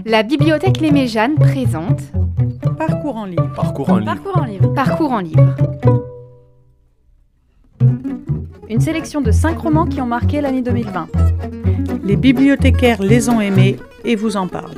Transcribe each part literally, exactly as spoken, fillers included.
La Bibliothèque Les Méjanes présente Parcours en livre. Parcours en livre. Parcours en livre. Parcours en livre. Une sélection de cinq romans qui ont marqué l'année deux mille vingt. Les bibliothécaires les ont aimés et vous en parlent.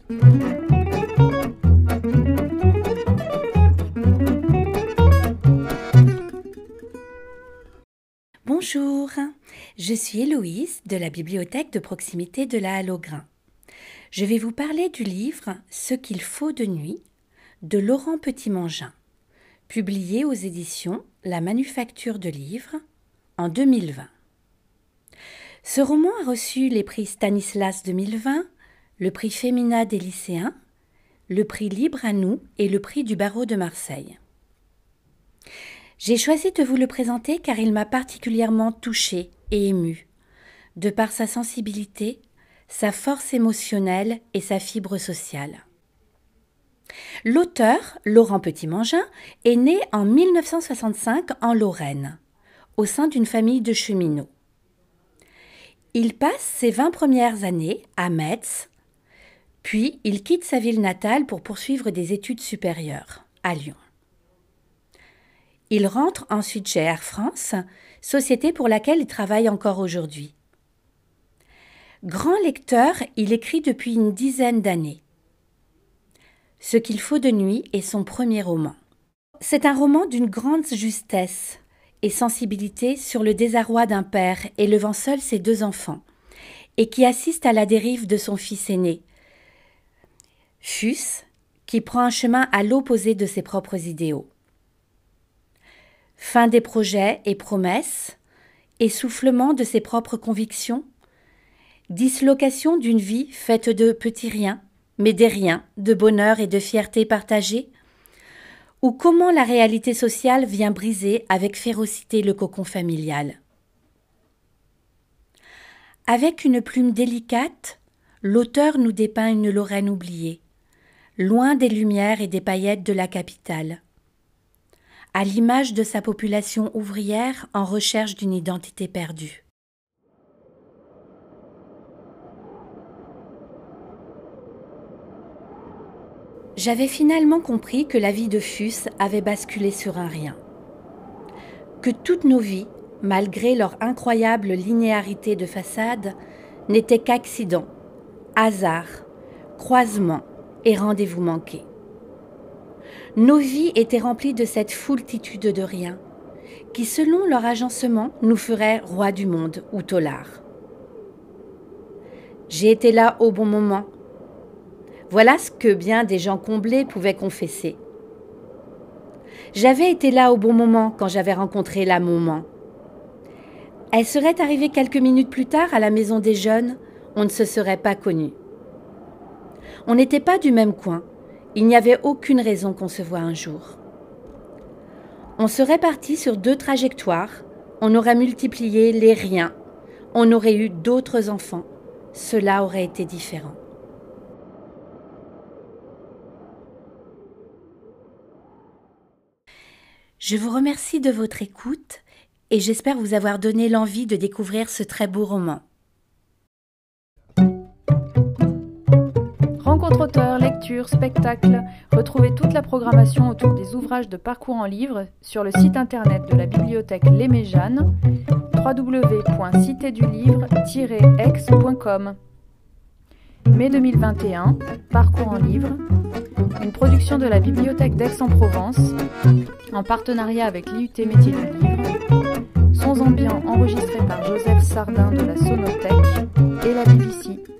Bonjour, je suis Héloïse de la bibliothèque de proximité de la Halle aux Grains. Je vais vous parler du livre « Ce qu'il faut de nuit » de Laurent Petit-Mangin, publié aux éditions La Manufacture de Livres en deux mille vingt. Ce roman a reçu les prix Stanislas deux mille vingt, le prix Femina des lycéens, le prix Libre à nous et le prix du barreau de Marseille. J'ai choisi de vous le présenter car il m'a particulièrement touchée et émue, de par sa sensibilité, sa force émotionnelle et sa fibre sociale. L'auteur, Laurent Petit-Mangin, est né en mille neuf cent soixante-cinq en Lorraine, au sein d'une famille de cheminots. Il passe ses vingt premières années à Metz, puis il quitte sa ville natale pour poursuivre des études supérieures, à Lyon. Il rentre ensuite chez Air France, société pour laquelle il travaille encore aujourd'hui. Grand lecteur, il écrit depuis une dizaine d'années. Ce qu'il faut de nuit est son premier roman. C'est un roman d'une grande justesse et sensibilité sur le désarroi d'un père élevant seul ses deux enfants et qui assiste à la dérive de son fils aîné, Fus, qui prend un chemin à l'opposé de ses propres idéaux. Fin des projets et promesses, essoufflement de ses propres convictions, dislocation d'une vie faite de petits riens, mais des riens, de bonheur et de fierté partagée, ou comment la réalité sociale vient briser avec férocité le cocon familial. Avec une plume délicate, l'auteur nous dépeint une Lorraine oubliée, loin des lumières et des paillettes de la capitale, à l'image de sa population ouvrière en recherche d'une identité perdue. J'avais finalement compris que la vie de Fus avait basculé sur un rien. Que toutes nos vies, malgré leur incroyable linéarité de façade, n'étaient qu'accidents, hasards, croisements et rendez-vous manqués. Nos vies étaient remplies de cette foultitude de riens, qui selon leur agencement nous feraient rois du monde ou taulards. J'ai été là au bon moment. Voilà ce que bien des gens comblés pouvaient confesser. J'avais été là au bon moment quand j'avais rencontré la moment. Elle serait arrivée quelques minutes plus tard à la maison des jeunes, on ne se serait pas connus. On n'était pas du même coin, il n'y avait aucune raison qu'on se voie un jour. On serait partis sur deux trajectoires, on aurait multiplié les riens, on aurait eu d'autres enfants, cela aurait été différent. Je vous remercie de votre écoute et j'espère vous avoir donné l'envie de découvrir ce très beau roman. Rencontres auteurs, lectures, spectacles. Retrouvez toute la programmation autour des ouvrages de Parcours en livre sur le site internet de la bibliothèque Les Méjanes, w w w point cité du livre tiret aix point com. mai deux mille vingt et un, Parcours en livre, une production de la bibliothèque d'Aix-en-Provence, en partenariat avec l'I U T Métiers du Livre, sons ambiants enregistrés par Joseph Sardin de la Sonothèque et la B B C.